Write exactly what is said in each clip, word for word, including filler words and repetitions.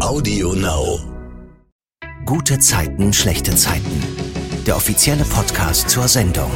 Audio Now. Gute Zeiten, schlechte Zeiten. Der offizielle Podcast zur Sendung.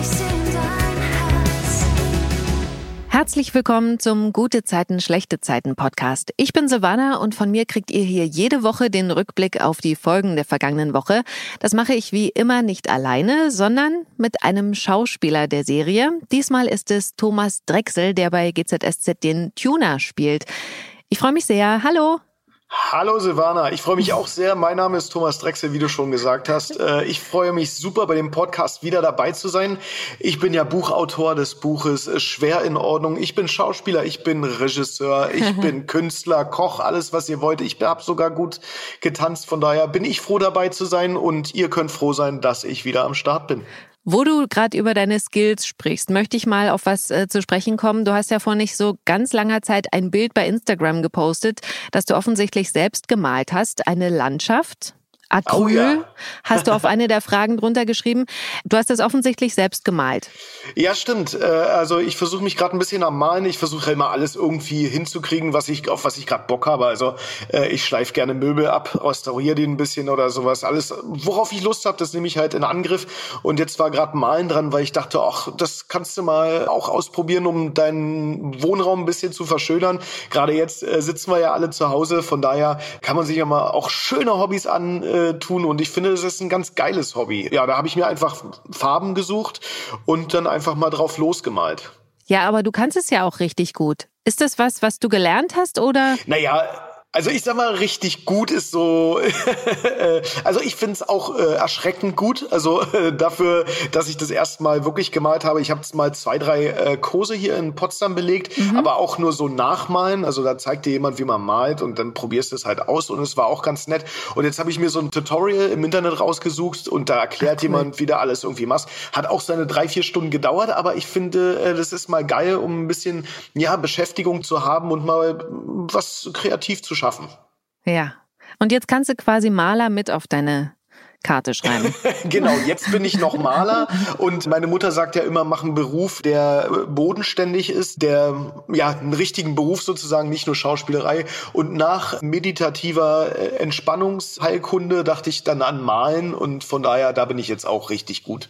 Herzlich willkommen zum Gute Zeiten, schlechte Zeiten Podcast. Ich bin Silvana und von mir kriegt ihr hier jede Woche den Rückblick auf die Folgen der vergangenen Woche. Das mache ich wie immer nicht alleine, sondern mit einem Schauspieler der Serie. Diesmal ist es Thomas Drechsel, der bei G Z S Z den Tuner spielt. Ich freue mich sehr. Hallo! Hallo Silvana, ich freue mich auch sehr. Mein Name ist Thomas Drechsel, wie du schon gesagt hast. Ich freue mich super, bei dem Podcast wieder dabei zu sein. Ich bin ja Buchautor des Buches Schwer in Ordnung. Ich bin Schauspieler, ich bin Regisseur, ich bin Künstler, Koch, alles, was ihr wollt. Ich habe sogar gut getanzt. Von daher bin ich froh, dabei zu sein und ihr könnt froh sein, dass ich wieder am Start bin. Wo du gerade über deine Skills sprichst, möchte ich mal auf was äh, zu sprechen kommen. Du hast ja vor nicht so ganz langer Zeit ein Bild bei Instagram gepostet, das du offensichtlich selbst gemalt hast. Eine Landschaft. Acryl, oh ja. Hast du auf eine der Fragen drunter geschrieben. Du hast das offensichtlich selbst gemalt. Ja, stimmt. Also ich versuche mich gerade ein bisschen am Malen. Ich versuche immer alles irgendwie hinzukriegen, was ich auf was ich gerade Bock habe. Also ich schleife gerne Möbel ab, restauriere die ein bisschen oder sowas. Alles, worauf ich Lust habe, das nehme ich halt in Angriff. Und jetzt war gerade Malen dran, weil ich dachte, ach, das kannst du mal auch ausprobieren, um deinen Wohnraum ein bisschen zu verschönern. Gerade jetzt äh, sitzen wir ja alle zu Hause. Von daher kann man sich ja mal auch schöne Hobbys an tun und ich finde, das ist ein ganz geiles Hobby. Ja, da habe ich mir einfach Farben gesucht und dann einfach mal drauf losgemalt. Ja, aber du kannst es ja auch richtig gut. Ist das was, was du gelernt hast oder? Naja, also ich sag mal, richtig gut ist so, also ich finde es auch äh, erschreckend gut, also äh, dafür, dass ich das erste Mal wirklich gemalt habe. Ich habe es mal zwei, drei äh, Kurse hier in Potsdam belegt, mhm. aber auch nur so nachmalen, also da zeigt dir jemand, wie man malt und dann probierst du es halt aus und es war auch ganz nett. Und jetzt habe ich mir so ein Tutorial im Internet rausgesucht und da erklärt Ach, cool. jemand, wie du alles irgendwie machst. Hat auch seine drei, vier Stunden gedauert, aber ich finde, äh, das ist mal geil, um ein bisschen ja Beschäftigung zu haben und mal was kreativ zu schaffen. Schaffen. Ja. Und jetzt kannst du quasi Maler mit auf deine Karte schreiben. Genau, jetzt bin ich noch Maler und meine Mutter sagt ja immer, mach einen Beruf, der bodenständig ist, der ja einen richtigen Beruf sozusagen, nicht nur Schauspielerei. Und nach meditativer Entspannungsheilkunde dachte ich dann an Malen und von daher, da bin ich jetzt auch richtig gut.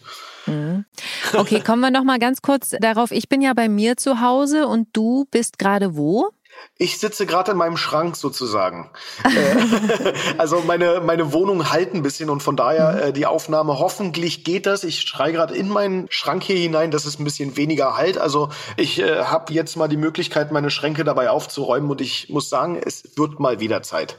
Okay, kommen wir noch mal ganz kurz darauf. Ich bin ja bei mir zu Hause und du bist gerade wo? Ich sitze gerade in meinem Schrank sozusagen. Also meine meine Wohnung halt ein bisschen und von daher äh, die Aufnahme, hoffentlich geht das. Ich schreie gerade in meinen Schrank hier hinein, dass es ein bisschen weniger halt. Also ich äh, habe jetzt mal die Möglichkeit, meine Schränke dabei aufzuräumen und ich muss sagen, es wird mal wieder Zeit.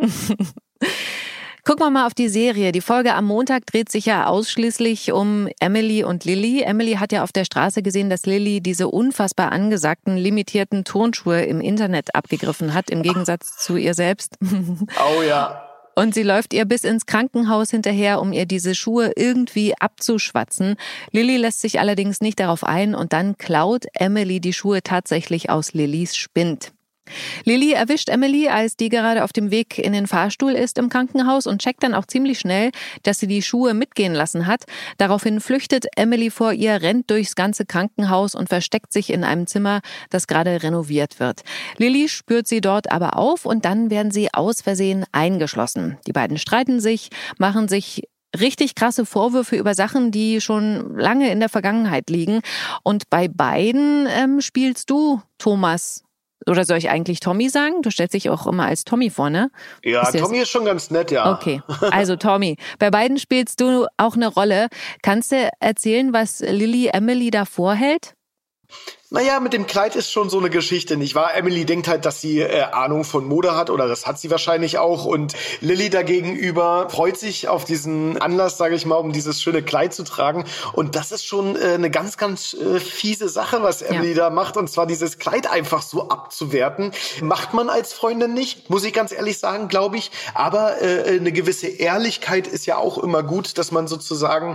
Gucken wir mal auf die Serie. Die Folge am Montag dreht sich ja ausschließlich um Emily und Lily. Emily hat ja auf der Straße gesehen, dass Lily diese unfassbar angesagten, limitierten Turnschuhe im Internet abgegriffen hat, im Gegensatz zu ihr selbst. Oh ja. Und sie läuft ihr bis ins Krankenhaus hinterher, um ihr diese Schuhe irgendwie abzuschwatzen. Lily lässt sich allerdings nicht darauf ein und dann klaut Emily die Schuhe tatsächlich aus Lillys Spind. Lily erwischt Emily, als die gerade auf dem Weg in den Fahrstuhl ist im Krankenhaus und checkt dann auch ziemlich schnell, dass sie die Schuhe mitgehen lassen hat. Daraufhin flüchtet Emily vor ihr, rennt durchs ganze Krankenhaus und versteckt sich in einem Zimmer, das gerade renoviert wird. Lily spürt sie dort aber auf und dann werden sie aus Versehen eingeschlossen. Die beiden streiten sich, machen sich richtig krasse Vorwürfe über Sachen, die schon lange in der Vergangenheit liegen. Und bei beiden ähm, spielst du, Thomas. Oder soll ich eigentlich Tommy sagen? Du stellst dich auch immer als Tommy vor, ne? Ja, ist Tommy ist schon ganz nett, ja. Okay, also Tommy, bei beiden spielst du auch eine Rolle. Kannst du erzählen, was Lily Emily da vorhält? Naja, mit dem Kleid ist schon so eine Geschichte, nicht wahr? Emily denkt halt, dass sie äh, Ahnung von Mode hat oder das hat sie wahrscheinlich auch und Lily dagegenüber freut sich auf diesen Anlass, sage ich mal, um dieses schöne Kleid zu tragen und das ist schon äh, eine ganz, ganz äh, fiese Sache, was Emily ja. da macht und zwar dieses Kleid einfach so abzuwerten. Macht man als Freundin nicht, muss ich ganz ehrlich sagen, glaube ich, aber äh, eine gewisse Ehrlichkeit ist ja auch immer gut, dass man sozusagen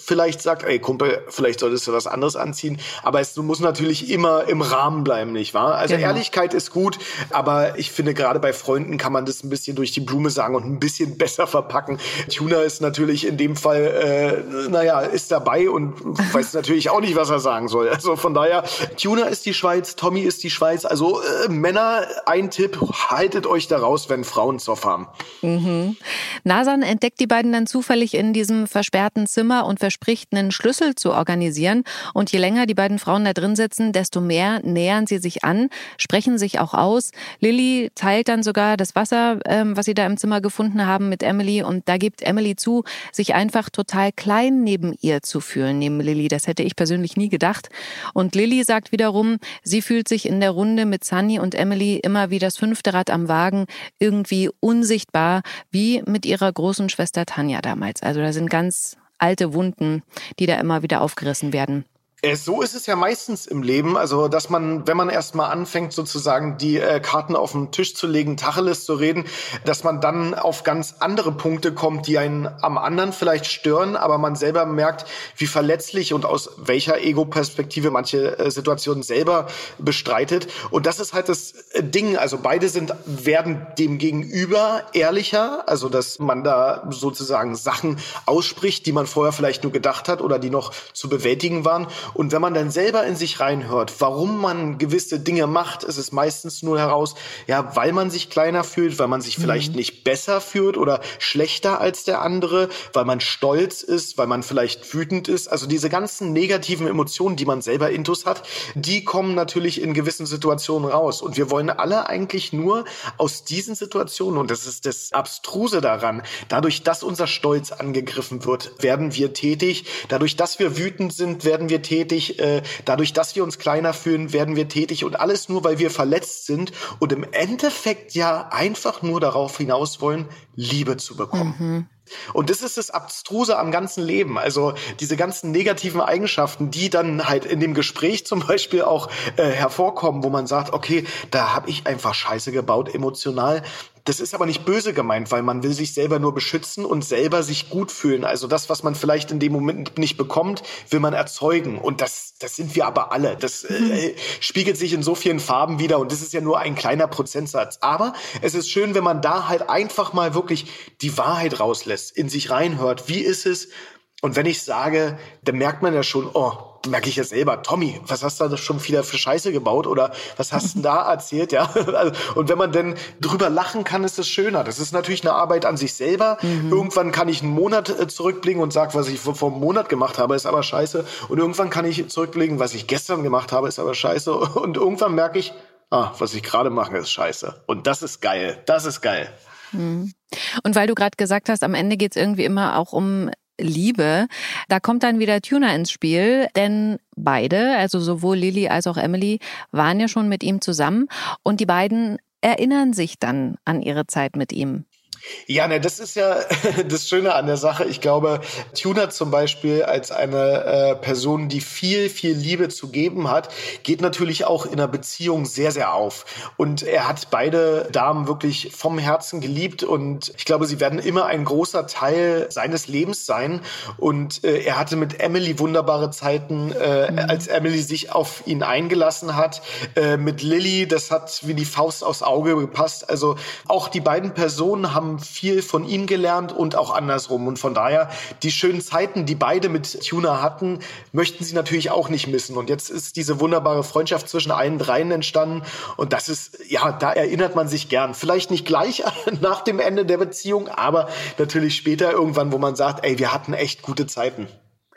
vielleicht sagt, ey Kumpel, vielleicht solltest du was anderes anziehen. Aber es muss natürlich immer im Rahmen bleiben, nicht wahr? Also genau. Ehrlichkeit ist gut, aber ich finde, gerade bei Freunden kann man das ein bisschen durch die Blume sagen und ein bisschen besser verpacken. Tuna ist natürlich in dem Fall, äh, naja, ist dabei und weiß natürlich auch nicht, was er sagen soll. Also von daher, Tuna ist die Schweiz, Tommy ist die Schweiz. Also äh, Männer, ein Tipp, haltet euch da raus, wenn Frauen Zoff haben. Mhm. Nasan entdeckt die beiden dann zufällig in diesem versperrten Zimmer und verspricht, einen Schlüssel zu organisieren. Und je länger die beiden Frauen da drin sitzen, desto mehr nähern sie sich an, sprechen sich auch aus. Lily teilt dann sogar das Wasser, ähm, was sie da im Zimmer gefunden haben, mit Emily. Und da gibt Emily zu, sich einfach total klein neben ihr zu fühlen, neben Lily. Das hätte ich persönlich nie gedacht. Und Lily sagt wiederum, sie fühlt sich in der Runde mit Sunny und Emily immer wie das fünfte Rad am Wagen, irgendwie unsichtbar, wie mit ihrer großen Schwester Tanja damals. Also da sind ganz alte Wunden, die da immer wieder aufgerissen werden. So ist es ja meistens im Leben, also dass man, wenn man erst mal anfängt, sozusagen die äh, Karten auf den Tisch zu legen, Tacheles zu reden, dass man dann auf ganz andere Punkte kommt, die einen am anderen vielleicht stören, aber man selber merkt, wie verletzlich und aus welcher Ego-Perspektive manche äh, Situationen selber bestreitet. Und das ist halt das Ding, also beide sind, werden dem Gegenüber ehrlicher, also dass man da sozusagen Sachen ausspricht, die man vorher vielleicht nur gedacht hat oder die noch zu bewältigen waren. Und wenn man dann selber in sich reinhört, warum man gewisse Dinge macht, ist es meistens nur heraus, ja, weil man sich kleiner fühlt, weil man sich vielleicht mhm. nicht besser fühlt oder schlechter als der andere, weil man stolz ist, weil man vielleicht wütend ist. Also diese ganzen negativen Emotionen, die man selber intus hat, die kommen natürlich in gewissen Situationen raus. Und wir wollen alle eigentlich nur aus diesen Situationen, und das ist das Abstruse daran, dadurch, dass unser Stolz angegriffen wird, werden wir tätig. Dadurch, dass wir wütend sind, werden wir tätig. Dadurch, dass wir uns kleiner fühlen, werden wir tätig und alles nur, weil wir verletzt sind und im Endeffekt ja einfach nur darauf hinaus wollen, Liebe zu bekommen. Mhm. Und das ist das Abstruse am ganzen Leben. Also diese ganzen negativen Eigenschaften, die dann halt in dem Gespräch zum Beispiel auch äh, hervorkommen, wo man sagt, okay, da habe ich einfach Scheiße gebaut, emotional. Das ist aber nicht böse gemeint, weil man will sich selber nur beschützen und selber sich gut fühlen. Also das, was man vielleicht in dem Moment nicht bekommt, will man erzeugen. Und das, das sind wir aber alle. Das äh, spiegelt sich in so vielen Farben wieder. Und das ist ja nur ein kleiner Prozentsatz. Aber es ist schön, wenn man da halt einfach mal wirklich die Wahrheit rauslässt, in sich reinhört. Wie ist es? Und wenn ich sage, dann merkt man ja schon, oh, merke ich ja selber, Tommy, was hast du da schon wieder für Scheiße gebaut oder was hast du denn da erzählt, ja? Und wenn man dann drüber lachen kann, ist es schöner. Das ist natürlich eine Arbeit an sich selber. Mhm. Irgendwann kann ich einen Monat zurückblicken und sagen, was ich vor einem Monat gemacht habe, ist aber scheiße. Und irgendwann kann ich zurückblicken, was ich gestern gemacht habe, ist aber scheiße. Und irgendwann merke ich, ah, was ich gerade mache, ist scheiße. Und das ist geil. Das ist geil. Mhm. Und weil du gerade gesagt hast, am Ende geht's irgendwie immer auch um Liebe, da kommt dann wieder Tuna ins Spiel, denn beide, also sowohl Lily als auch Emily, waren ja schon mit ihm zusammen und die beiden erinnern sich dann an ihre Zeit mit ihm. Ja, ne, das ist ja das Schöne an der Sache. Ich glaube, Tuna zum Beispiel als eine äh, Person, die viel, viel Liebe zu geben hat, geht natürlich auch in einer Beziehung sehr, sehr auf. Und er hat beide Damen wirklich vom Herzen geliebt und ich glaube, sie werden immer ein großer Teil seines Lebens sein. Und äh, er hatte mit Emily wunderbare Zeiten, äh, mhm. als Emily sich auf ihn eingelassen hat. Äh, mit Lily, das hat wie die Faust aufs Auge gepasst. Also auch die beiden Personen haben viel von ihm gelernt und auch andersrum. Und von daher, die schönen Zeiten, die beide mit Tuna hatten, möchten sie natürlich auch nicht missen. Und jetzt ist diese wunderbare Freundschaft zwischen allen dreien entstanden. Und das ist, ja, da erinnert man sich gern. Vielleicht nicht gleich nach dem Ende der Beziehung, aber natürlich später irgendwann, wo man sagt, ey, wir hatten echt gute Zeiten.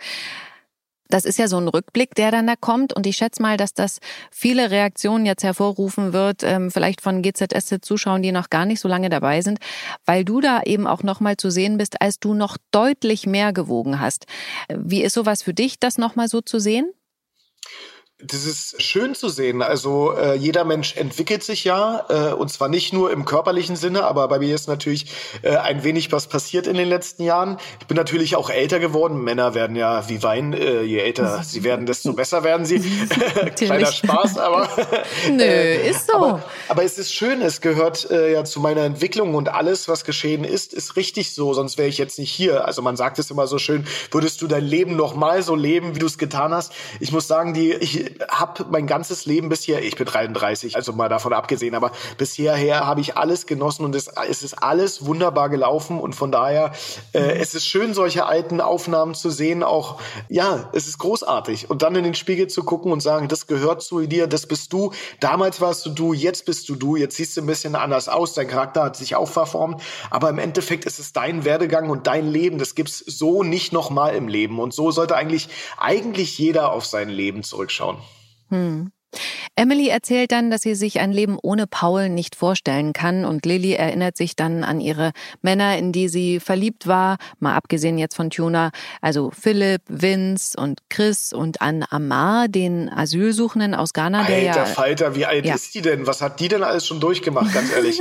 Das ist ja so ein Rückblick, der dann da kommt. Und ich schätze mal, dass das viele Reaktionen jetzt hervorrufen wird, ähm, vielleicht von G Z S Z-Zuschauern, die noch gar nicht so lange dabei sind, weil du da eben auch noch mal zu sehen bist, als du noch deutlich mehr gewogen hast. Wie ist sowas für dich, das noch mal so zu sehen? Das ist schön zu sehen. Also äh, jeder Mensch entwickelt sich ja, äh, und zwar nicht nur im körperlichen Sinne, aber bei mir ist natürlich äh, ein wenig was passiert in den letzten Jahren. Ich bin natürlich auch älter geworden. Männer werden ja wie Wein, äh, je älter sie werden, desto besser werden sie. Kleiner Spaß, aber Nö, ist so. Aber, aber es ist schön, es gehört äh, ja zu meiner Entwicklung und alles, was geschehen ist, ist richtig so, sonst wäre ich jetzt nicht hier. Also man sagt es immer so schön, würdest du dein Leben noch mal so leben, wie du es getan hast? Ich muss sagen, die ich habe mein ganzes Leben bisher, ich bin dreiunddreißig, also mal davon abgesehen, aber bisher habe ich alles genossen und es, es ist alles wunderbar gelaufen und von daher, äh, es ist schön, solche alten Aufnahmen zu sehen, auch, ja, es ist großartig und dann in den Spiegel zu gucken und sagen, das gehört zu dir, das bist du, damals warst du du, jetzt bist du du, jetzt siehst du ein bisschen anders aus, dein Charakter hat sich auch verformt, aber im Endeffekt ist es dein Werdegang und dein Leben, das gibt's so nicht nochmal im Leben und so sollte eigentlich, eigentlich jeder auf sein Leben zurückschauen. Hm. Emily erzählt dann, dass sie sich ein Leben ohne Paul nicht vorstellen kann und Lily erinnert sich dann an ihre Männer, in die sie verliebt war, mal abgesehen jetzt von Tuna, also Philipp, Vince und Chris und an Amar, den Asylsuchenden aus Ghana. Alter der ja, Falter, wie alt ja. ist die denn? Was hat die denn alles schon durchgemacht, ganz ehrlich?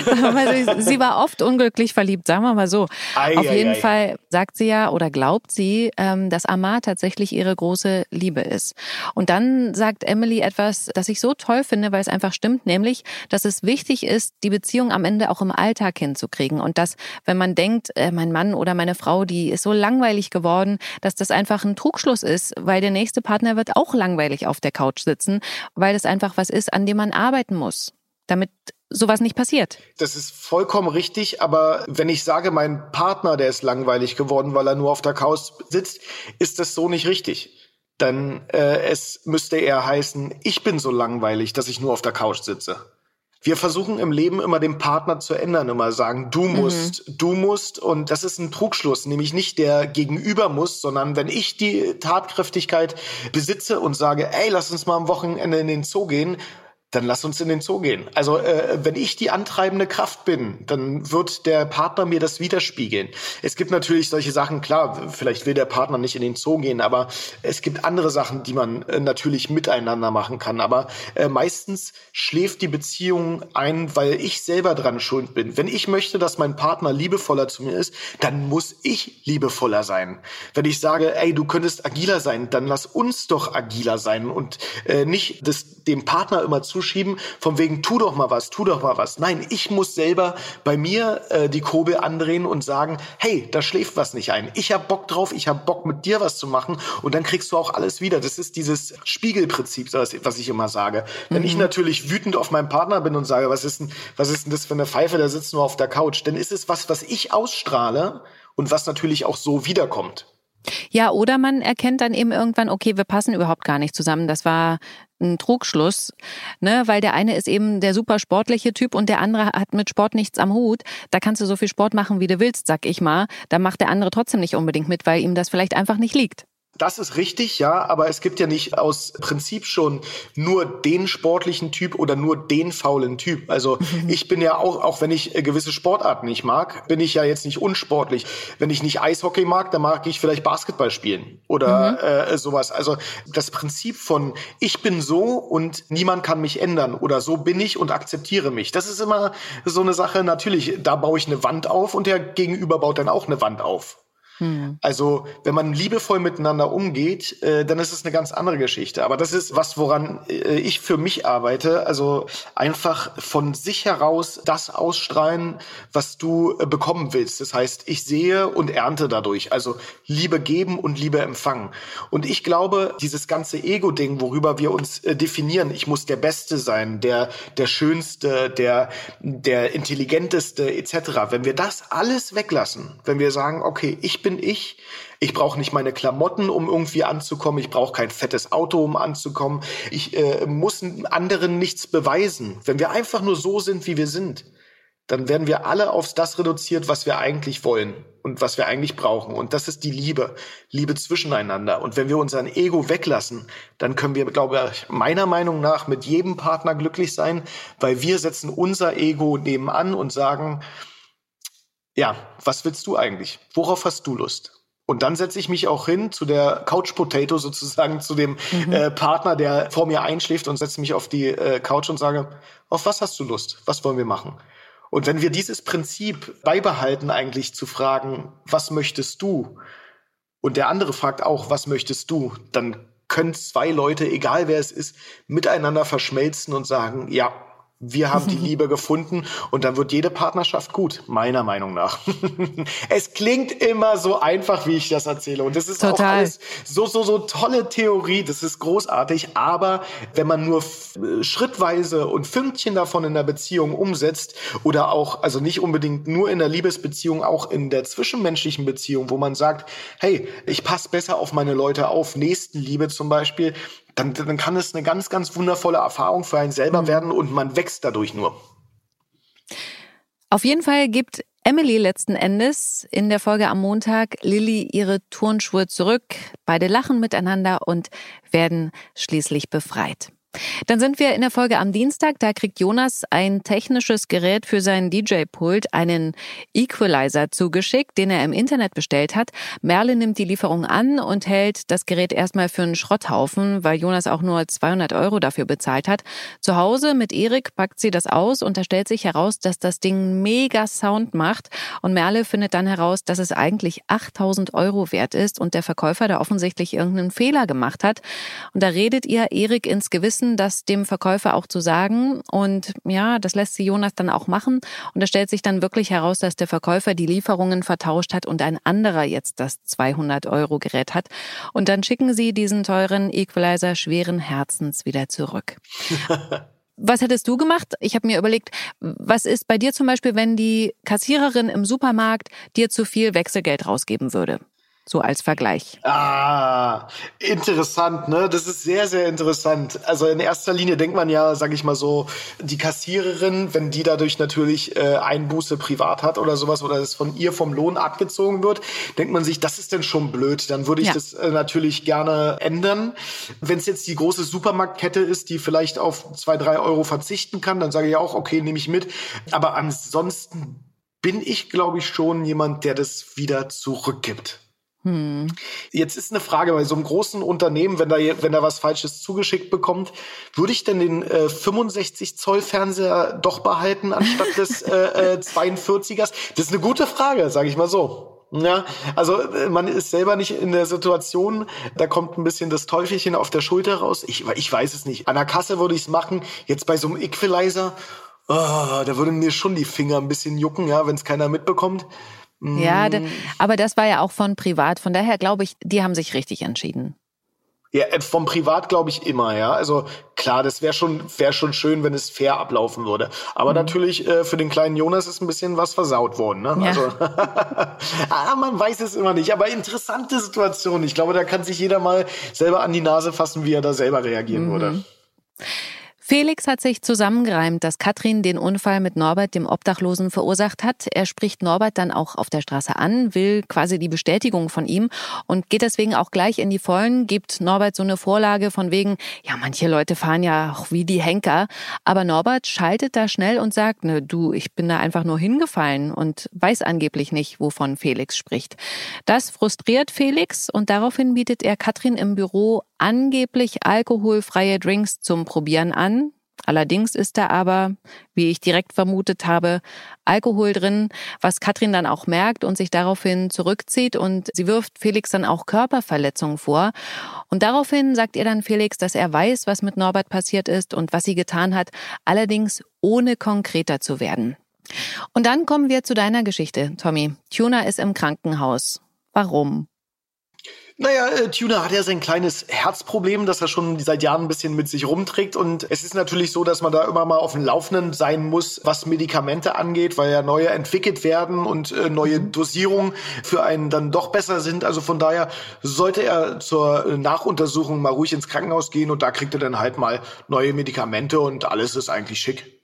Sie war oft unglücklich verliebt, sagen wir mal so. Ei, Auf ei, jeden ei. Fall sagt sie ja oder glaubt sie, dass Amar tatsächlich ihre große Liebe ist. Und dann sagt Emily etwas, das ich so toll finde, weil es einfach stimmt, nämlich, dass es wichtig ist, die Beziehung am Ende auch im Alltag hinzukriegen und dass, wenn man denkt, äh, mein Mann oder meine Frau, die ist so langweilig geworden, dass das einfach ein Trugschluss ist, weil der nächste Partner wird auch langweilig auf der Couch sitzen, weil es einfach was ist, an dem man arbeiten muss, damit sowas nicht passiert. Das ist vollkommen richtig, aber wenn ich sage, mein Partner, der ist langweilig geworden, weil er nur auf der Couch sitzt, ist das so nicht richtig. Dann äh, es müsste eher heißen, ich bin so langweilig, dass ich nur auf der Couch sitze. Wir versuchen im Leben immer den Partner zu ändern, immer sagen, du musst, mhm. du musst. Und das ist ein Trugschluss, nämlich nicht der Gegenüber muss, sondern wenn ich die Tatkräftigkeit besitze und sage, ey, lass uns mal am Wochenende in den Zoo gehen, dann lass uns in den Zoo gehen. Also äh, wenn ich die antreibende Kraft bin, dann wird der Partner mir das widerspiegeln. Es gibt natürlich solche Sachen, klar, vielleicht will der Partner nicht in den Zoo gehen, aber es gibt andere Sachen, die man äh, natürlich miteinander machen kann. Aber äh, meistens schläft die Beziehung ein, weil ich selber dran schuld bin. Wenn ich möchte, dass mein Partner liebevoller zu mir ist, dann muss ich liebevoller sein. Wenn ich sage, ey, du könntest agiler sein, dann lass uns doch agiler sein und äh, nicht das dem Partner immer zuschieben, von wegen, tu doch mal was, tu doch mal was. Nein, ich muss selber bei mir äh, die Kurbel andrehen und sagen, hey, da schläft was nicht ein. Ich hab Bock drauf, ich hab Bock mit dir was zu machen und dann kriegst du auch alles wieder. Das ist dieses Spiegelprinzip, was ich immer sage. Wenn mhm. ich natürlich wütend auf meinen Partner bin und sage, was ist denn, was ist denn das für eine Pfeife, der sitzt nur auf der Couch, dann ist es was, was ich ausstrahle und was natürlich auch so wiederkommt. Ja, oder man erkennt dann eben irgendwann, okay, wir passen überhaupt gar nicht zusammen. Das war ein Trugschluss, ne, weil der eine ist eben der super sportliche Typ und der andere hat mit Sport nichts am Hut. Da kannst du so viel Sport machen, wie du willst, sag ich mal. Da macht der andere trotzdem nicht unbedingt mit, weil ihm das vielleicht einfach nicht liegt. Das ist richtig, ja, aber es gibt ja nicht aus Prinzip schon nur den sportlichen Typ oder nur den faulen Typ. Also mhm. ich bin ja auch, auch wenn ich gewisse Sportarten nicht mag, bin ich ja jetzt nicht unsportlich. Wenn ich nicht Eishockey mag, dann mag ich vielleicht Basketball spielen oder mhm. äh, sowas. Also das Prinzip von ich bin so und niemand kann mich ändern oder so bin ich und akzeptiere mich. Das ist immer so eine Sache, natürlich, da baue ich eine Wand auf und der Gegenüber baut dann auch eine Wand auf. Hm. Also wenn man liebevoll miteinander umgeht, äh, dann ist es eine ganz andere Geschichte. Aber das ist was, woran äh, ich für mich arbeite. Also einfach von sich heraus das ausstrahlen, was du äh, bekommen willst. Das heißt, ich sehe und ernte dadurch. Also Liebe geben und Liebe empfangen. Und ich glaube, dieses ganze Ego-Ding, worüber wir uns äh, definieren, ich muss der Beste sein, der der Schönste, der der Intelligenteste et cetera. Wenn wir das alles weglassen, wenn wir sagen, okay, ich bin ich, ich brauche nicht meine Klamotten, um irgendwie anzukommen, ich brauche kein fettes Auto, um anzukommen, ich äh, muss anderen nichts beweisen. Wenn wir einfach nur so sind, wie wir sind, dann werden wir alle auf das reduziert, was wir eigentlich wollen und was wir eigentlich brauchen. Und das ist die Liebe, Liebe zwischeneinander. Und wenn wir unseren Ego weglassen, dann können wir, glaube ich, meiner Meinung nach mit jedem Partner glücklich sein, weil wir setzen unser Ego nebenan und sagen, ja, was willst du eigentlich? Worauf hast du Lust? Und dann setze ich mich auch hin zu der Couch Potato sozusagen, zu dem mhm. äh, Partner, der vor mir einschläft und setze mich auf die äh, Couch und sage, auf was hast du Lust? Was wollen wir machen? Und wenn wir dieses Prinzip beibehalten, eigentlich zu fragen, was möchtest du? Und der andere fragt auch, was möchtest du? Dann können zwei Leute, egal wer es ist, miteinander verschmelzen und sagen, ja, wir haben die Liebe gefunden und dann wird jede Partnerschaft gut, meiner Meinung nach. Es klingt immer so einfach, wie ich das erzähle. Und das ist Total. auch alles so, so, so tolle Theorie. Das ist großartig. Aber wenn man nur schrittweise und Fünkchen davon in der Beziehung umsetzt oder auch, also nicht unbedingt nur in der Liebesbeziehung, auch in der zwischenmenschlichen Beziehung, wo man sagt, hey, ich passe besser auf meine Leute auf, Nächstenliebe zum Beispiel, Dann, dann kann es eine ganz, ganz wundervolle Erfahrung für einen selber mhm. werden und man wächst dadurch nur. Auf jeden Fall gibt Emily letzten Endes in der Folge am Montag Lily ihre Turnschuhe zurück. Beide lachen miteinander und werden schließlich befreit. Dann sind wir in der Folge am Dienstag. Da kriegt Jonas ein technisches Gerät für seinen D J-Pult, einen Equalizer zugeschickt, den er im Internet bestellt hat. Merle nimmt die Lieferung an und hält das Gerät erstmal für einen Schrotthaufen, weil Jonas auch nur zweihundert Euro dafür bezahlt hat. Zu Hause mit Erik packt sie das aus und da stellt sich heraus, dass das Ding mega Sound macht. Und Merle findet dann heraus, dass es eigentlich achttausend Euro wert ist und der Verkäufer da offensichtlich irgendeinen Fehler gemacht hat. Und da redet ihr Erik ins Gewissen, das dem Verkäufer auch zu sagen. Und ja, das lässt sie Jonas dann auch machen. Und da stellt sich dann wirklich heraus, dass der Verkäufer die Lieferungen vertauscht hat und ein anderer jetzt das zweihundert Euro Gerät hat. Und dann schicken sie diesen teuren Equalizer schweren Herzens wieder zurück. Was hättest du gemacht? Ich habe mir überlegt, was ist bei dir zum Beispiel, wenn die Kassiererin im Supermarkt dir zu viel Wechselgeld rausgeben würde? So als Vergleich. Ah, interessant, ne? Das ist sehr, sehr interessant. Also in erster Linie denkt man ja, sag ich mal so, die Kassiererin, wenn die dadurch natürlich äh, Einbuße privat hat oder sowas oder es von ihr vom Lohn abgezogen wird, denkt man sich, das ist denn schon blöd. Dann würde ich ja. das äh, natürlich gerne ändern. Wenn es jetzt die große Supermarktkette ist, die vielleicht auf zwei, drei Euro verzichten kann, dann sage ich auch, okay, nehme ich mit. Aber ansonsten bin ich, glaube ich, schon jemand, der das wieder zurückgibt. Hm. Jetzt ist eine Frage, bei so einem großen Unternehmen, wenn da, wenn da was Falsches zugeschickt bekommt, würde ich denn den äh, fünfundsechzig Zoll Fernseher doch behalten, anstatt des äh, äh, zweiundvierzigers? Das ist eine gute Frage, sage ich mal so. Ja, also man ist selber nicht in der Situation, da kommt ein bisschen das Teufelchen auf der Schulter raus. Ich, ich weiß es nicht. An der Kasse würde ich es machen, jetzt bei so einem Equalizer, oh, da würden mir schon die Finger ein bisschen jucken, ja, wenn es keiner mitbekommt. Ja, aber das war ja auch von privat. Von daher glaube ich, die haben sich richtig entschieden. Ja, vom Privat glaube ich immer, ja. Also klar, das wäre schon, wäre schon schön, wenn es fair ablaufen würde. Aber mhm. natürlich, äh, für den kleinen Jonas ist ein bisschen was versaut worden, ne? Ja. Also, ah, man weiß es immer nicht. Aber interessante Situation. Ich glaube, da kann sich jeder mal selber an die Nase fassen, wie er da selber reagieren mhm. würde. Felix hat sich zusammengereimt, dass Katrin den Unfall mit Norbert, dem Obdachlosen, verursacht hat. Er spricht Norbert dann auch auf der Straße an, will quasi die Bestätigung von ihm und geht deswegen auch gleich in die Vollen, gibt Norbert so eine Vorlage von wegen, ja, manche Leute fahren ja auch wie die Henker. Aber Norbert schaltet da schnell und sagt, ne, du, ich bin da einfach nur hingefallen und weiß angeblich nicht, wovon Felix spricht. Das frustriert Felix und daraufhin bietet er Katrin im Büro angeblich alkoholfreie Drinks zum Probieren an. Allerdings ist da aber, wie ich direkt vermutet habe, Alkohol drin, was Katrin dann auch merkt und sich daraufhin zurückzieht und sie wirft Felix dann auch Körperverletzung vor. Und daraufhin sagt ihr dann Felix, dass er weiß, was mit Norbert passiert ist und was sie getan hat, allerdings ohne konkreter zu werden. Und dann kommen wir zu deiner Geschichte, Tommy. Tuna ist im Krankenhaus. Warum? Naja, äh, Tuna hat ja sein kleines Herzproblem, das er schon seit Jahren ein bisschen mit sich rumträgt. Und es ist natürlich so, dass man da immer mal auf dem Laufenden sein muss, was Medikamente angeht, weil ja neue entwickelt werden und äh, neue Dosierungen für einen dann doch besser sind. Also von daher sollte er zur Nachuntersuchung mal ruhig ins Krankenhaus gehen und da kriegt er dann halt mal neue Medikamente und alles ist eigentlich schick.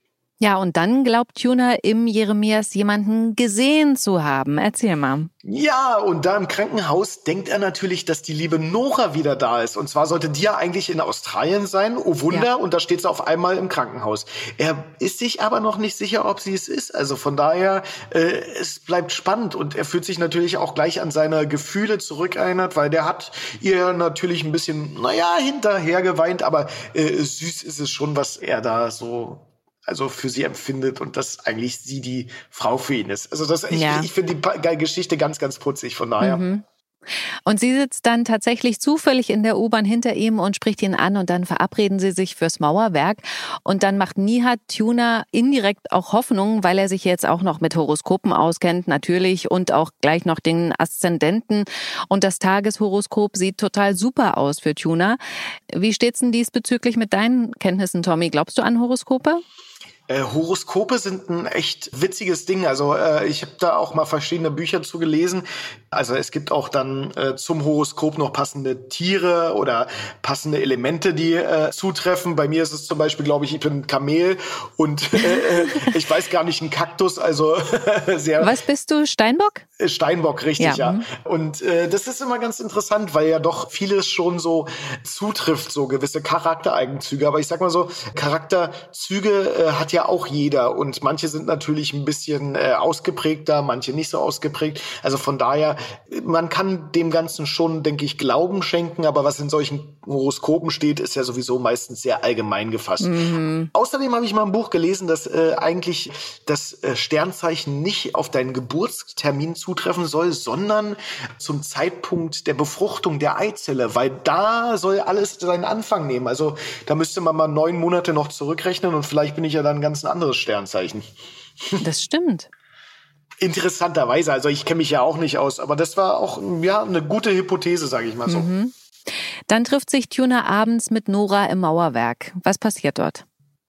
Ja, und dann glaubt Tuna im Jeremias jemanden gesehen zu haben. Erzähl mal. Ja, und da im Krankenhaus denkt er natürlich, dass die liebe Nora wieder da ist. Und zwar sollte die ja eigentlich in Australien sein. Oh Wunder, ja. Und da steht sie auf einmal im Krankenhaus. Er ist sich aber noch nicht sicher, ob sie es ist. Also von daher, äh, es bleibt spannend. Und er fühlt sich natürlich auch gleich an seine Gefühle zurückerinnert, weil der hat ihr natürlich ein bisschen, naja, hinterher geweint. Aber äh, süß ist es schon, was er da so... also für sie empfindet und dass eigentlich sie die Frau für ihn ist. Also das, ich, ja. ich finde die Geschichte ganz, ganz putzig, von daher. Mhm. Und sie sitzt dann tatsächlich zufällig in der U-Bahn hinter ihm und spricht ihn an und dann verabreden sie sich fürs Mauerwerk. Und dann macht Nihat Tuna indirekt auch Hoffnung, weil er sich jetzt auch noch mit Horoskopen auskennt, natürlich, und auch gleich noch den Aszendenten. Und das Tageshoroskop sieht total super aus für Tuna. Wie steht's denn diesbezüglich mit deinen Kenntnissen, Tommy? Glaubst du an Horoskope? Äh, Horoskope sind ein echt witziges Ding. Also äh, ich habe da auch mal verschiedene Bücher zu gelesen. Also es gibt auch dann äh, zum Horoskop noch passende Tiere oder passende Elemente, die äh, zutreffen. Bei mir ist es zum Beispiel, glaube ich, ich bin ein Kamel und äh, ich weiß gar nicht, ein Kaktus. Also sehr. Was bist du, Steinbock? Steinbock, richtig, ja. ja. Und äh, das ist immer ganz interessant, weil ja doch vieles schon so zutrifft, so gewisse Charaktereigenzüge. Aber ich sag mal so, Charakterzüge äh, hat ja auch jeder und manche sind natürlich ein bisschen äh, ausgeprägter, manche nicht so ausgeprägt. Also von daher, man kann dem Ganzen schon, denke ich, Glauben schenken, aber was in solchen Horoskopen steht, ist ja sowieso meistens sehr allgemein gefasst. Mhm. Außerdem habe ich mal ein Buch gelesen, dass äh, eigentlich das äh, Sternzeichen nicht auf deinen Geburtstermin zutreffen soll, sondern zum Zeitpunkt der Befruchtung der Eizelle, weil da soll alles seinen Anfang nehmen. Also da müsste man mal neun Monate noch zurückrechnen und vielleicht bin ich ja dann ein ganz anderes Sternzeichen. Das stimmt. Interessanterweise, also ich kenne mich ja auch nicht aus, aber das war auch ja eine gute Hypothese, sage ich mal so. Mhm. Dann trifft sich Tuna abends mit Nora im Mauerwerk. Was passiert dort?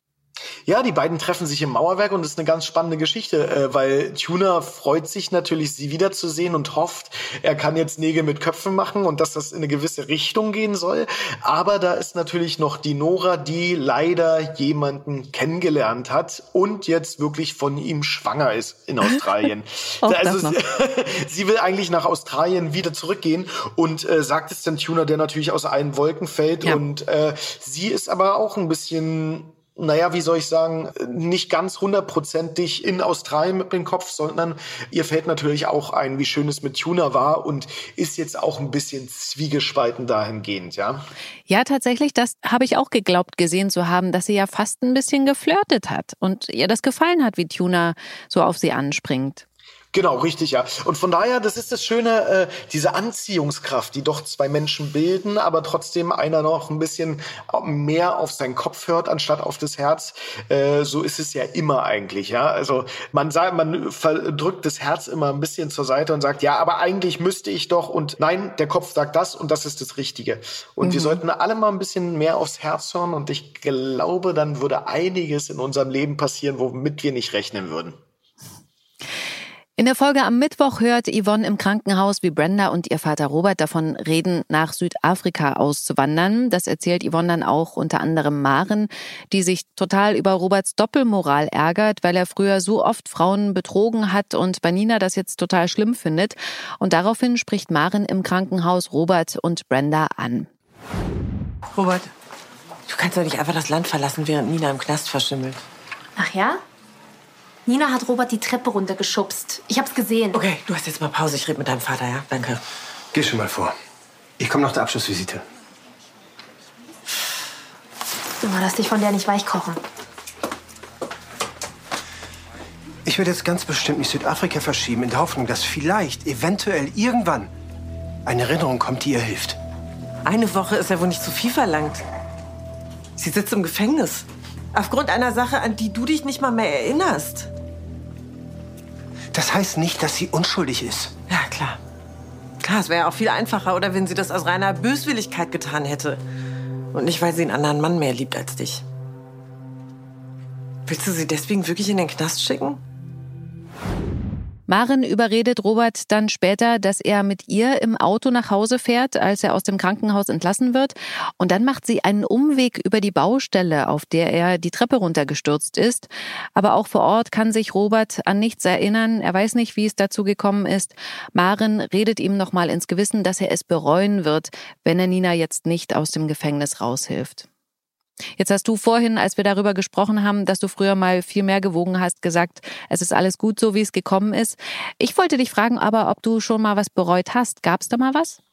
Ja, die beiden treffen sich im Mauerwerk und das ist eine ganz spannende Geschichte, weil Tuna freut sich natürlich, sie wiederzusehen und hofft, er kann jetzt Nägel mit Köpfen machen und dass das in eine gewisse Richtung gehen soll. Aber da ist natürlich noch die Nora, die leider jemanden kennengelernt hat und jetzt wirklich von ihm schwanger ist in Australien. Also sie will eigentlich nach Australien wieder zurückgehen und äh, sagt es dann Tuna, der natürlich aus allen Wolken fällt. Ja. Und äh, sie ist aber auch ein bisschen... naja, wie soll ich sagen, nicht ganz hundertprozentig in Australien mit dem Kopf, sondern ihr fällt natürlich auch ein, wie schön es mit Tuna war und ist jetzt auch ein bisschen zwiegespalten dahingehend, ja? Ja, tatsächlich, das habe ich auch geglaubt, gesehen zu haben, dass sie ja fast ein bisschen geflirtet hat und ihr das gefallen hat, wie Tuna so auf sie anspringt. Genau, richtig, ja. Und von daher, das ist das Schöne, äh, diese Anziehungskraft, die doch zwei Menschen bilden, aber trotzdem einer noch ein bisschen mehr auf seinen Kopf hört, anstatt auf das Herz. Äh, so ist es ja immer eigentlich, ja. Also man sagt, man verdrückt das Herz immer ein bisschen zur Seite und sagt, ja, aber eigentlich müsste ich doch und nein, der Kopf sagt das und das ist das Richtige. Und mhm. wir sollten alle mal ein bisschen mehr aufs Herz hören und ich glaube, dann würde einiges in unserem Leben passieren, womit wir nicht rechnen würden. In der Folge am Mittwoch hört Yvonne im Krankenhaus, wie Brenda und ihr Vater Robert davon reden, nach Südafrika auszuwandern. Das erzählt Yvonne dann auch unter anderem Maren, die sich total über Roberts Doppelmoral ärgert, weil er früher so oft Frauen betrogen hat und bei Nina das jetzt total schlimm findet. Und daraufhin spricht Maren im Krankenhaus Robert und Brenda an. Robert, du kannst doch nicht einfach das Land verlassen, während Nina im Knast verschimmelt. Ach ja? Nina hat Robert die Treppe runtergeschubst. Ich hab's gesehen. Okay, du hast jetzt mal Pause. Ich rede mit deinem Vater, ja? Danke. Geh schon mal vor. Ich komme nach der Abschlussvisite. Du lass dich von der nicht weichkochen. Ich werde jetzt ganz bestimmt nicht Südafrika verschieben, in der Hoffnung, dass vielleicht, eventuell, irgendwann eine Erinnerung kommt, die ihr hilft. Eine Woche ist ja wohl nicht zu viel verlangt. Sie sitzt im Gefängnis. Aufgrund einer Sache, an die du dich nicht mal mehr erinnerst. Das heißt nicht, dass sie unschuldig ist. Ja, klar. Klar, es wäre ja auch viel einfacher, oder wenn sie das aus reiner Böswilligkeit getan hätte. Und nicht, weil sie einen anderen Mann mehr liebt als dich. Willst du sie deswegen wirklich in den Knast schicken? Maren überredet Robert dann später, dass er mit ihr im Auto nach Hause fährt, als er aus dem Krankenhaus entlassen wird. Und dann macht sie einen Umweg über die Baustelle, auf der er die Treppe runtergestürzt ist. Aber auch vor Ort kann sich Robert an nichts erinnern. Er weiß nicht, wie es dazu gekommen ist. Maren redet ihm nochmal ins Gewissen, dass er es bereuen wird, wenn er Nina jetzt nicht aus dem Gefängnis raushilft. Jetzt hast du vorhin, als wir darüber gesprochen haben, dass du früher mal viel mehr gewogen hast, gesagt, es ist alles gut so, wie es gekommen ist. Ich wollte dich fragen, aber ob du schon mal was bereut hast. Gab es da mal was?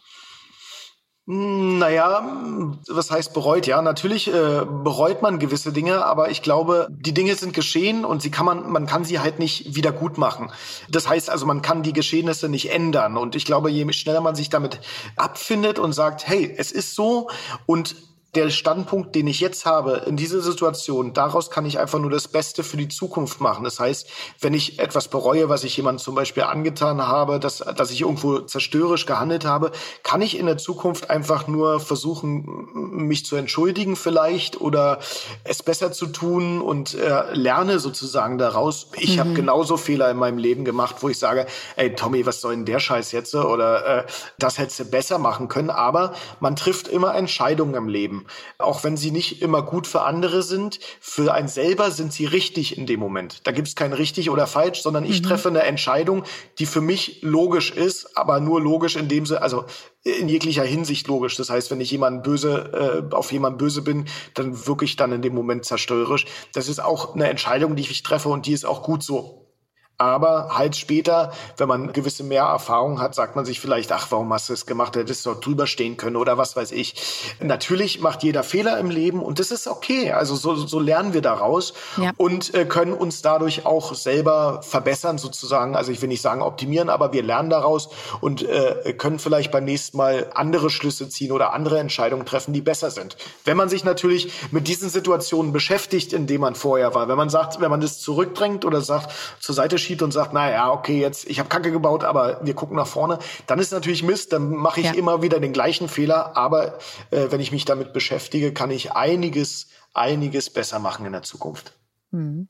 Naja, was heißt bereut? Ja, natürlich äh, bereut man gewisse Dinge, aber ich glaube, die Dinge sind geschehen und sie kann man, man kann sie halt nicht wieder gut machen. Das heißt also, man kann die Geschehnisse nicht ändern und ich glaube, je schneller man sich damit abfindet und sagt, hey, es ist so und der Standpunkt, den ich jetzt habe in dieser Situation, daraus kann ich einfach nur das Beste für die Zukunft machen. Das heißt, wenn ich etwas bereue, was ich jemandem zum Beispiel angetan habe, dass, dass ich irgendwo zerstörerisch gehandelt habe, kann ich in der Zukunft einfach nur versuchen, mich zu entschuldigen vielleicht oder es besser zu tun und äh, lerne sozusagen daraus. Ich mhm. habe genauso Fehler in meinem Leben gemacht, wo ich sage, ey Tommy, was soll denn der Scheiß jetzt? Oder äh, das hättest du besser machen können. Aber man trifft immer Entscheidungen im Leben. Auch wenn sie nicht immer gut für andere sind, für einen selber sind sie richtig in dem Moment. Da gibt es kein richtig oder falsch, sondern ich mhm. treffe eine Entscheidung, die für mich logisch ist, aber nur logisch in dem Sinne, also in jeglicher Hinsicht logisch. Das heißt, wenn ich jemanden böse, äh, auf jemanden böse bin, dann wirklich dann in dem Moment zerstörerisch. Das ist auch eine Entscheidung, die ich treffe und die ist auch gut so. Aber halt später, wenn man gewisse mehr Erfahrung hat, sagt man sich vielleicht, ach, warum hast du das gemacht? Hättest du doch drüber stehen können oder was weiß ich. Natürlich macht jeder Fehler im Leben und das ist okay. Also so, so lernen wir daraus ja. und äh, können uns dadurch auch selber verbessern sozusagen. Also ich will nicht sagen optimieren, aber wir lernen daraus und äh, können vielleicht beim nächsten Mal andere Schlüsse ziehen oder andere Entscheidungen treffen, die besser sind. Wenn man sich natürlich mit diesen Situationen beschäftigt, in denen man vorher war. Wenn man sagt, wenn man das zurückdrängt oder sagt, zur Seite schiebt und sagt, naja, okay, jetzt ich habe Kacke gebaut, aber wir gucken nach vorne, dann ist natürlich Mist, dann mache ich ja. immer wieder den gleichen Fehler, aber äh, wenn ich mich damit beschäftige, kann ich einiges, einiges besser machen in der Zukunft. Mhm.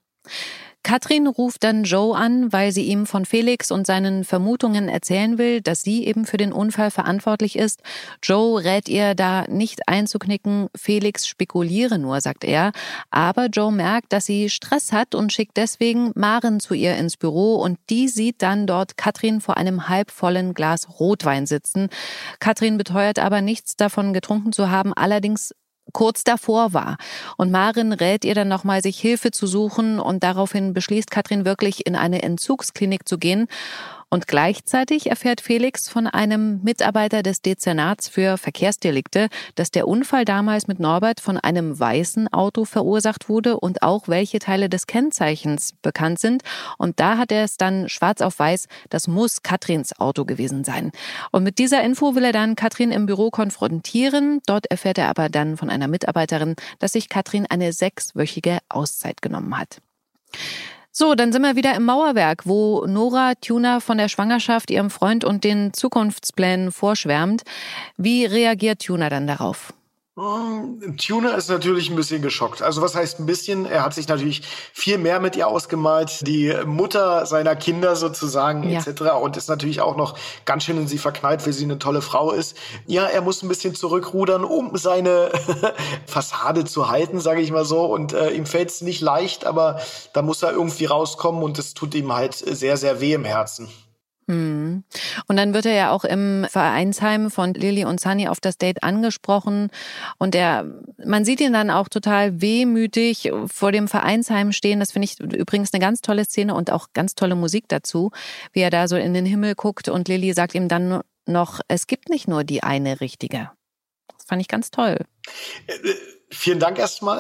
Katrin ruft dann Joe an, weil sie ihm von Felix und seinen Vermutungen erzählen will, dass sie eben für den Unfall verantwortlich ist. Joe rät ihr, da nicht einzuknicken. Felix spekuliere nur, sagt er. Aber Joe merkt, dass sie Stress hat und schickt deswegen Maren zu ihr ins Büro. Und die sieht dann dort Katrin vor einem halbvollen Glas Rotwein sitzen. Katrin beteuert aber, nichts davon getrunken zu haben, allerdings kurz davor war. Und Maren rät ihr dann nochmal, sich Hilfe zu suchen und daraufhin beschließt Katrin wirklich, in eine Entzugsklinik zu gehen. Und gleichzeitig erfährt Felix von einem Mitarbeiter des Dezernats für Verkehrsdelikte, dass der Unfall damals mit Norbert von einem weißen Auto verursacht wurde und auch welche Teile des Kennzeichens bekannt sind. Und da hat er es dann schwarz auf weiß, das muss Katrins Auto gewesen sein. Und mit dieser Info will er dann Katrin im Büro konfrontieren. Dort erfährt er aber dann von einer Mitarbeiterin, dass sich Katrin eine sechswöchige Auszeit genommen hat. So, dann sind wir wieder im Mauerwerk, wo Nora Tuna von der Schwangerschaft ihrem Freund und den Zukunftsplänen vorschwärmt. Wie reagiert Tuna dann darauf? Tuna ist natürlich ein bisschen geschockt. Also was heißt ein bisschen? Er hat sich natürlich viel mehr mit ihr ausgemalt. Die Mutter seiner Kinder sozusagen ja. et cetera. Und ist natürlich auch noch ganz schön in sie verknallt, weil sie eine tolle Frau ist. Ja, er muss ein bisschen zurückrudern, um seine Fassade zu halten, sage ich mal so. Und äh, ihm fällt es nicht leicht, aber da muss er irgendwie rauskommen. Und das tut ihm halt sehr, sehr weh im Herzen. Und dann wird er ja auch im Vereinsheim von Lily und Sunny auf das Date angesprochen und er, man sieht ihn dann auch total wehmütig vor dem Vereinsheim stehen. Das finde ich übrigens eine ganz tolle Szene und auch ganz tolle Musik dazu, wie er da so in den Himmel guckt und Lily sagt ihm dann noch, es gibt nicht nur die eine Richtige. Das fand ich ganz toll. Vielen Dank erstmal.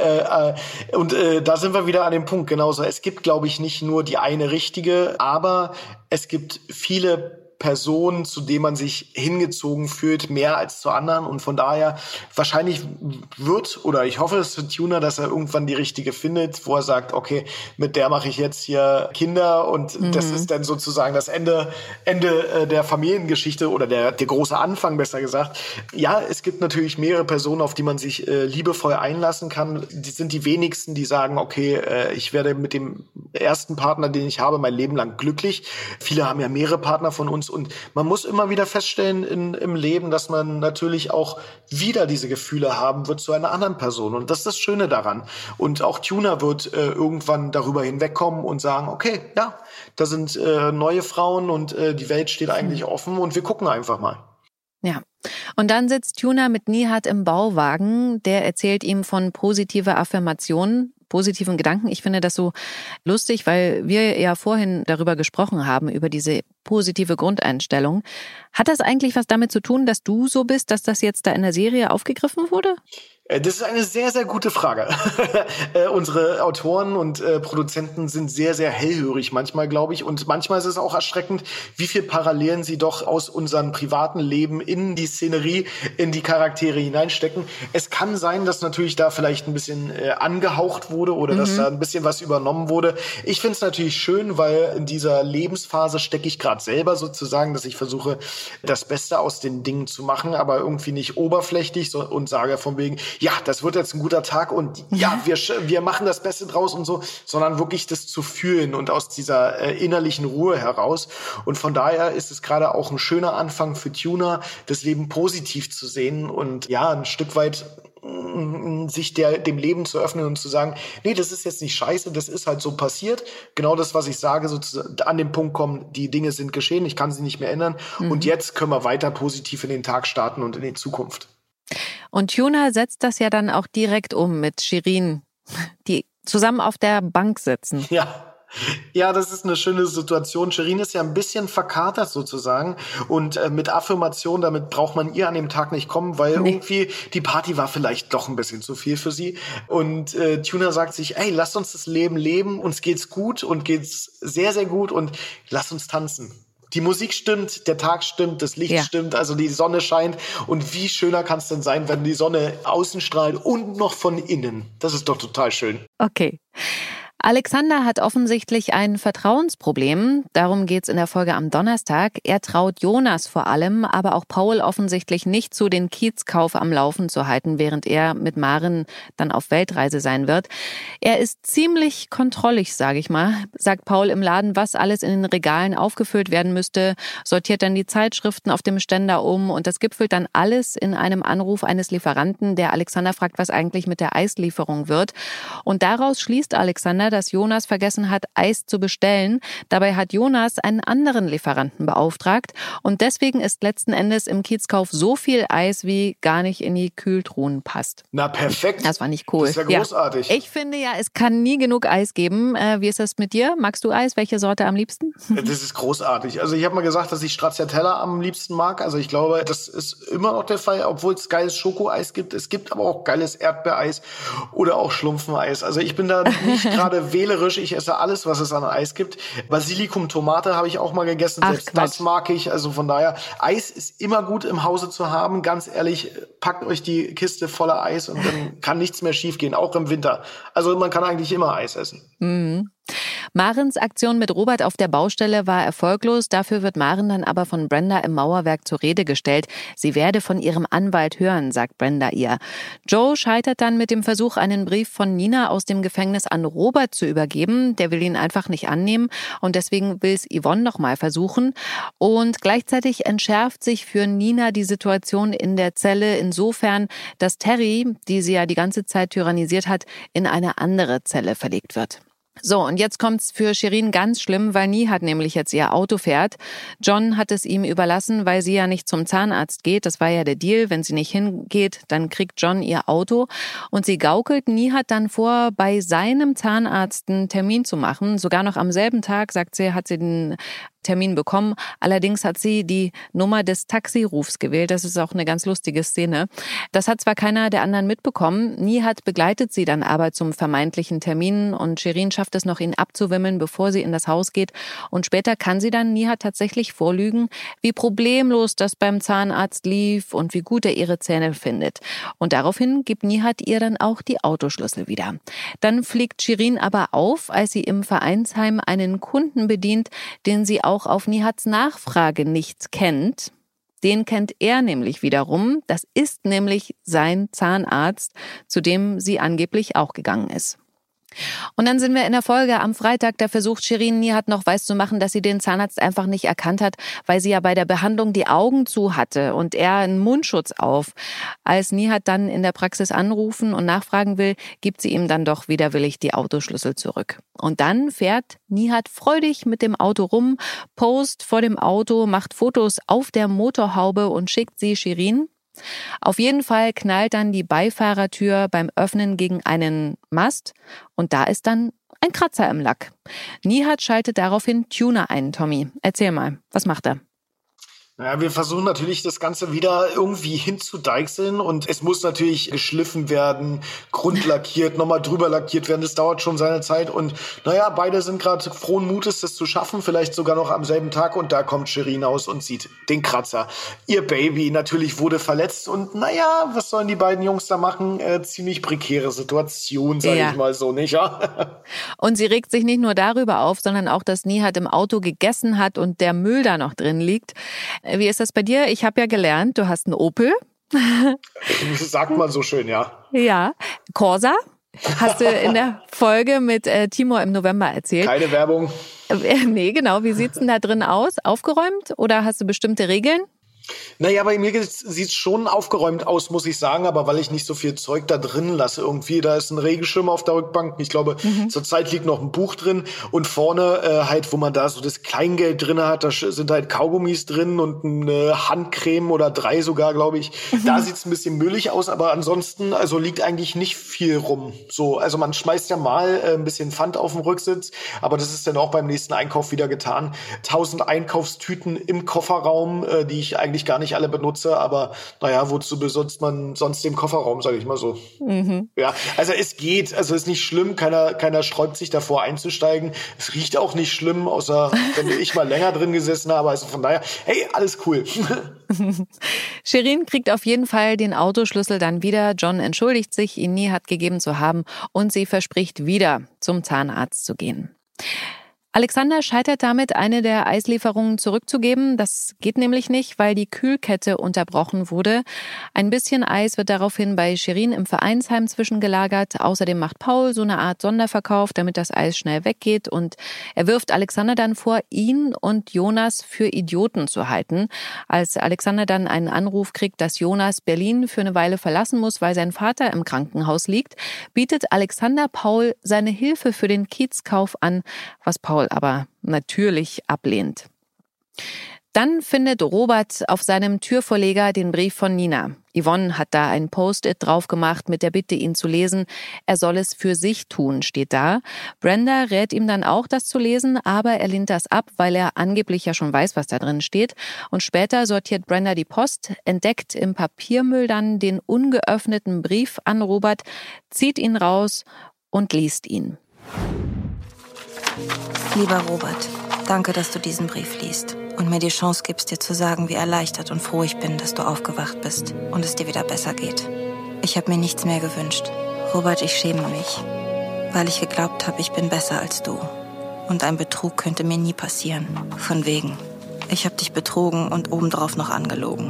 Und äh, da sind wir wieder an dem Punkt genauso. Es gibt, glaube ich, nicht nur die eine richtige, aber es gibt viele Person, zu dem man sich hingezogen fühlt, mehr als zu anderen. Und von daher, wahrscheinlich wird, oder ich hoffe es für Tuna, dass er irgendwann die richtige findet, wo er sagt, okay, mit der mache ich jetzt hier Kinder und mhm. das ist dann sozusagen das Ende, Ende der Familiengeschichte oder der, der große Anfang, besser gesagt. Ja, es gibt natürlich mehrere Personen, auf die man sich äh, liebevoll einlassen kann. Die sind die wenigsten, die sagen, okay, äh, ich werde mit dem ersten Partner, den ich habe, mein Leben lang glücklich. Viele haben ja mehrere Partner von uns und man muss immer wieder feststellen in, im Leben, dass man natürlich auch wieder diese Gefühle haben wird zu einer anderen Person. Und das ist das Schöne daran. Und auch Tuna wird äh, irgendwann darüber hinwegkommen und sagen, okay, ja, da sind äh, neue Frauen und äh, die Welt steht eigentlich offen und wir gucken einfach mal. Ja. Und dann sitzt Tuna mit Nihat im Bauwagen. Der erzählt ihm von positiver Affirmation, positiven Gedanken. Ich finde das so lustig, weil wir ja vorhin darüber gesprochen haben, über diese positive Grundeinstellung. Hat das eigentlich was damit zu tun, dass du so bist, dass das jetzt da in der Serie aufgegriffen wurde? Das ist eine sehr, sehr gute Frage. äh, unsere Autoren und äh, Produzenten sind sehr, sehr hellhörig manchmal, glaube ich. Und manchmal ist es auch erschreckend, wie viel Parallelen sie doch aus unserem privaten Leben in die Szenerie, in die Charaktere hineinstecken. Es kann sein, dass natürlich da vielleicht ein bisschen äh, angehaucht wurde oder mhm. dass da ein bisschen was übernommen wurde. Ich finde es natürlich schön, weil in dieser Lebensphase stecke ich gerade selber sozusagen, dass ich versuche, das Beste aus den Dingen zu machen, aber irgendwie nicht oberflächlich so, und sage von wegen, ja, das wird jetzt ein guter Tag und ja, wir, wir machen das Beste draus und so, sondern wirklich das zu fühlen und aus dieser äh, innerlichen Ruhe heraus. Und von daher ist es gerade auch ein schöner Anfang für Tuna, das Leben positiv zu sehen und ja, ein Stück weit mh, sich der, dem Leben zu öffnen und zu sagen, nee, das ist jetzt nicht scheiße, das ist halt so passiert. Genau das, was ich sage, sozusagen an den Punkt kommen, die Dinge sind geschehen, ich kann sie nicht mehr ändern. Mhm. Und jetzt können wir weiter positiv in den Tag starten und in die Zukunft. Und Tuna setzt das ja dann auch direkt um mit Shirin, die zusammen auf der Bank sitzen. Ja. Ja, das ist eine schöne Situation. Shirin ist ja ein bisschen verkatert sozusagen und äh, mit Affirmation, damit braucht man ihr an dem Tag nicht kommen, weil nee. irgendwie die Party war vielleicht doch ein bisschen zu viel für sie. Und äh, Tuna sagt sich, ey, lass uns das Leben leben, uns geht's gut und geht's sehr, sehr gut und lass uns tanzen. Die Musik stimmt, der Tag stimmt, das Licht ja. stimmt, also die Sonne scheint. Und wie schöner kann es denn sein, wenn die Sonne außen strahlt und noch von innen? Das ist doch total schön. Okay. Alexander hat offensichtlich ein Vertrauensproblem. Darum geht's in der Folge am Donnerstag. Er traut Jonas vor allem, aber auch Paul offensichtlich nicht zu, den Kiezkauf am Laufen zu halten, während er mit Maren dann auf Weltreise sein wird. Er ist ziemlich kontrollig, sage ich mal, sagt Paul im Laden, was alles in den Regalen aufgefüllt werden müsste, sortiert dann die Zeitschriften auf dem Ständer um und das gipfelt dann alles in einem Anruf eines Lieferanten, der Alexander fragt, was eigentlich mit der Eislieferung wird. Und daraus schließt Alexander, dass Jonas vergessen hat, Eis zu bestellen. Dabei hat Jonas einen anderen Lieferanten beauftragt und deswegen ist letzten Endes im Kiezkauf so viel Eis, wie gar nicht in die Kühltruhen passt. Na perfekt. Das war nicht cool. Das ist ja großartig. Ja. Ich finde ja, es kann nie genug Eis geben. Äh, wie ist das mit dir? Magst du Eis? Welche Sorte am liebsten? Das ist großartig. Also ich habe mal gesagt, dass ich Stracciatella am liebsten mag. Also ich glaube, das ist immer noch der Fall, obwohl es geiles Schokoeis gibt. Es gibt aber auch geiles Erdbeereis oder auch Schlumpfeneis. Also ich bin da nicht gerade wählerisch, ich esse alles, was es an Eis gibt. Basilikum, Tomate habe ich auch mal gegessen, Ach, selbst Quatsch. Das mag ich. Also von daher, Eis ist immer gut im Hause zu haben. Ganz ehrlich, packt euch die Kiste voller Eis und dann kann nichts mehr schiefgehen, auch im Winter. Also man kann eigentlich immer Eis essen. Mhm. Marens Aktion mit Robert auf der Baustelle war erfolglos. Dafür wird Maren dann aber von Brenda im Mauerwerk zur Rede gestellt. Sie werde von ihrem Anwalt hören, sagt Brenda ihr. Joe scheitert dann mit dem Versuch, einen Brief von Nina aus dem Gefängnis an Robert zu übergeben. Der will ihn einfach nicht annehmen und deswegen will es Yvonne noch mal versuchen. Und gleichzeitig entschärft sich für Nina die Situation in der Zelle insofern, dass Terry, die sie ja die ganze Zeit tyrannisiert hat, in eine andere Zelle verlegt wird. So, und jetzt kommt's für Shirin ganz schlimm, weil Nihat nämlich jetzt ihr Auto fährt. John hat es ihm überlassen, weil sie ja nicht zum Zahnarzt geht. Das war ja der Deal. Wenn sie nicht hingeht, dann kriegt John ihr Auto. Und sie gaukelt Nihat dann vor, bei seinem Zahnarzt einen Termin zu machen. Sogar noch am selben Tag, sagt sie, hat sie den Termin bekommen. Allerdings hat sie die Nummer des Taxirufs gewählt. Das ist auch eine ganz lustige Szene. Das hat zwar keiner der anderen mitbekommen. Nihat begleitet sie dann aber zum vermeintlichen Termin und Shirin schafft es noch, ihn abzuwimmeln, bevor sie in das Haus geht. Und später kann sie dann Nihat tatsächlich vorlügen, wie problemlos das beim Zahnarzt lief und wie gut er ihre Zähne findet. Und daraufhin gibt Nihat ihr dann auch die Autoschlüssel wieder. Dann fliegt Shirin aber auf, als sie im Vereinsheim einen Kunden bedient, den sie auch auf Nihats Nachfrage nicht kennt. Den kennt er nämlich wiederum. Das ist nämlich sein Zahnarzt, zu dem sie angeblich auch gegangen ist. Und dann sind wir in der Folge am Freitag, da versucht Shirin Nihat noch weiszumachen, dass sie den Zahnarzt einfach nicht erkannt hat, weil sie ja bei der Behandlung die Augen zu hatte und er einen Mundschutz auf. Als Nihat dann in der Praxis anrufen und nachfragen will, gibt sie ihm dann doch widerwillig die Autoschlüssel zurück. Und dann fährt Nihat freudig mit dem Auto rum, post vor dem Auto, macht Fotos auf der Motorhaube und schickt sie Shirin. Auf jeden Fall knallt dann die Beifahrertür beim Öffnen gegen einen Mast und da ist dann ein Kratzer im Lack. Nihat schaltet daraufhin Tuner ein, Tommy. Erzähl mal, was macht er? Ja, wir versuchen natürlich das Ganze wieder irgendwie hinzudeichseln und es muss natürlich geschliffen werden, grundlackiert, nochmal drüber lackiert werden. Das dauert schon seine Zeit und naja, beide sind gerade frohen Mutes, das zu schaffen, vielleicht sogar noch am selben Tag und da kommt Shirin aus und sieht den Kratzer. Ihr Baby natürlich wurde verletzt und naja, was sollen die beiden Jungs da machen? Äh, ziemlich prekäre Situation, sage ja. ich mal so, nicht wahr? Und sie regt sich nicht nur darüber auf, sondern auch, dass Nihat im Auto gegessen hat und der Müll da noch drin liegt. Wie ist das bei dir? Ich habe ja gelernt, du hast einen Opel. Sagt man so schön, ja. Ja, Corsa. Hast du in der Folge mit äh, Timur im November erzählt. Keine Werbung. Äh, nee, genau. Wie sieht's denn da drin aus? Aufgeräumt oder hast du bestimmte Regeln? Naja, bei mir sieht es schon aufgeräumt aus, muss ich sagen, aber weil ich nicht so viel Zeug da drin lasse irgendwie. Da ist ein Regenschirm auf der Rückbank. Ich glaube, mhm. zurzeit liegt noch ein Buch drin und vorne äh, halt, wo man da so das Kleingeld drin hat, da sind halt Kaugummis drin und eine Handcreme oder drei sogar, glaube ich. Mhm. Da sieht es ein bisschen müllig aus, aber ansonsten also liegt eigentlich nicht viel rum. So, also man schmeißt ja mal äh, ein bisschen Pfand auf den Rücksitz, aber das ist dann auch beim nächsten Einkauf wieder getan. Tausend Einkaufstüten im Kofferraum, äh, die ich eigentlich gar nicht alle benutze, aber naja, wozu besitzt man sonst den Kofferraum, sage ich mal so. Mhm. Ja, also es geht, also es ist nicht schlimm, keiner, keiner sträubt sich davor einzusteigen. Es riecht auch nicht schlimm, außer wenn ich mal länger drin gesessen habe, also von daher, hey, alles cool. Shirin kriegt auf jeden Fall den Autoschlüssel dann wieder. John entschuldigt sich, ihn nie hat gegeben zu haben und sie verspricht wieder, zum Zahnarzt zu gehen. Alexander scheitert damit, eine der Eislieferungen zurückzugeben. Das geht nämlich nicht, weil die Kühlkette unterbrochen wurde. Ein bisschen Eis wird daraufhin bei Shirin im Vereinsheim zwischengelagert. Außerdem macht Paul so eine Art Sonderverkauf, damit das Eis schnell weggeht. Und er wirft Alexander dann vor, ihn und Jonas für Idioten zu halten. Als Alexander dann einen Anruf kriegt, dass Jonas Berlin für eine Weile verlassen muss, weil sein Vater im Krankenhaus liegt, bietet Alexander Paul seine Hilfe für den Kiezkauf an, was Paul aber natürlich ablehnt. Dann findet Robert auf seinem Türvorleger den Brief von Nina. Yvonne hat da ein Post-it drauf gemacht mit der Bitte, ihn zu lesen. Er soll es für sich tun, steht da. Brenda rät ihm dann auch, das zu lesen, aber er lehnt das ab, weil er angeblich ja schon weiß, was da drin steht. Und später sortiert Brenda die Post, entdeckt im Papiermüll dann den ungeöffneten Brief an Robert, zieht ihn raus und liest ihn. Lieber Robert, danke, dass du diesen Brief liest und mir die Chance gibst, dir zu sagen, wie erleichtert und froh ich bin, dass du aufgewacht bist und es dir wieder besser geht. Ich habe mir nichts mehr gewünscht. Robert, ich schäme mich, weil ich geglaubt habe, ich bin besser als du. Und ein Betrug könnte mir nie passieren. Von wegen. Ich habe dich betrogen und obendrauf noch angelogen.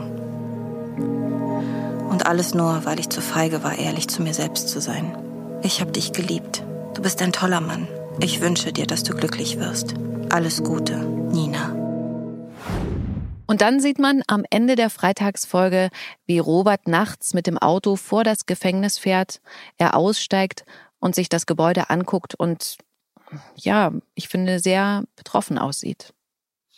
Und alles nur, weil ich zu feige war, ehrlich zu mir selbst zu sein. Ich habe dich geliebt. Du bist ein toller Mann. Ich wünsche dir, dass du glücklich wirst. Alles Gute, Nina. Und dann sieht man am Ende der Freitagsfolge, wie Robert nachts mit dem Auto vor das Gefängnis fährt, er aussteigt und sich das Gebäude anguckt und, ja, ich finde, sehr betroffen aussieht.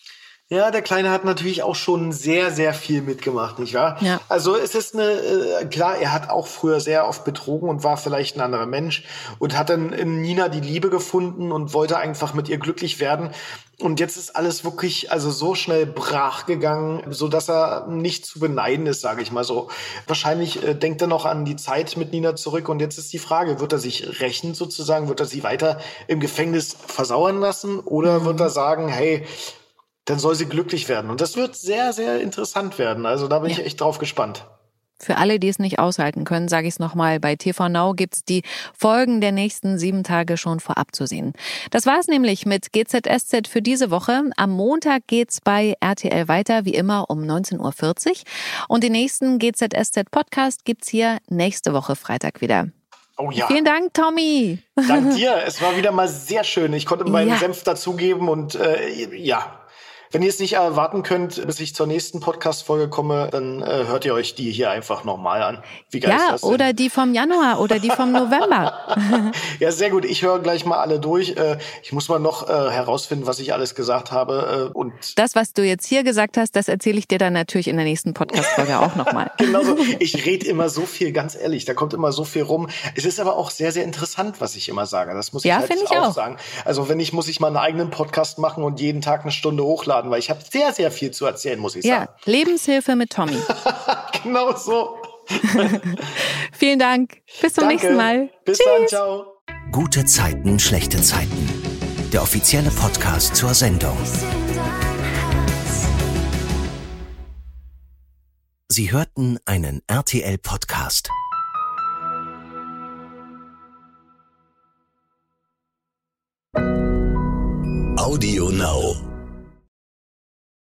Ja, der Kleine hat natürlich auch schon sehr, sehr viel mitgemacht, nicht wahr? Ja. Also es ist eine, äh, klar, er hat auch früher sehr oft betrogen und war vielleicht ein anderer Mensch und hat dann in Nina die Liebe gefunden und wollte einfach mit ihr glücklich werden. Und jetzt ist alles wirklich also so schnell brach gegangen, so dass er nicht zu beneiden ist, sage ich mal so. Wahrscheinlich äh, denkt er noch an die Zeit mit Nina zurück und jetzt ist die Frage, wird er sich rächen sozusagen, wird er sie weiter im Gefängnis versauern lassen oder mhm. wird er sagen, hey, dann soll sie glücklich werden. Und das wird sehr, sehr interessant werden. Also da bin ja. ich echt drauf gespannt. Für alle, die es nicht aushalten können, sage ich es nochmal, bei T V Now gibt's die Folgen der nächsten sieben Tage schon vorab zu sehen. Das war's nämlich mit G Z S Z für diese Woche. Am Montag geht's bei R T L weiter, wie immer um neunzehn Uhr vierzig. Und den nächsten G Z S Z Podcast gibt's hier nächste Woche Freitag wieder. Oh ja. Vielen Dank, Tommy. Dank dir. Es war wieder mal sehr schön. Ich konnte meinen ja. Senf dazugeben und äh, ja. Wenn ihr es nicht erwarten könnt, bis ich zur nächsten Podcast-Folge komme, dann äh, hört ihr euch die hier einfach nochmal an. Wie geil ja, ist das denn? Oder die vom Januar oder die vom November. Ja, sehr gut. Ich höre gleich mal alle durch. Äh, ich muss mal noch äh, herausfinden, was ich alles gesagt habe. Äh, und das, was du jetzt hier gesagt hast, das erzähle ich dir dann natürlich in der nächsten Podcast-Folge auch nochmal. Genau so. Ich rede immer so viel, ganz ehrlich. Da kommt immer so viel rum. Es ist aber auch sehr, sehr interessant, was ich immer sage. Das muss ich ja, halt ich auch, auch sagen. Also wenn ich, muss ich mal einen eigenen Podcast machen und jeden Tag eine Stunde hochladen, weil ich habe sehr, sehr viel zu erzählen, muss ich ja, sagen. Ja, Lebenshilfe mit Tommy. Genau so. Vielen Dank. Bis zum Danke. nächsten Mal. Bis Tschüss. dann, ciao. Gute Zeiten, schlechte Zeiten. Der offizielle Podcast zur Sendung. Sie hörten einen R T L-Podcast. Audio Now.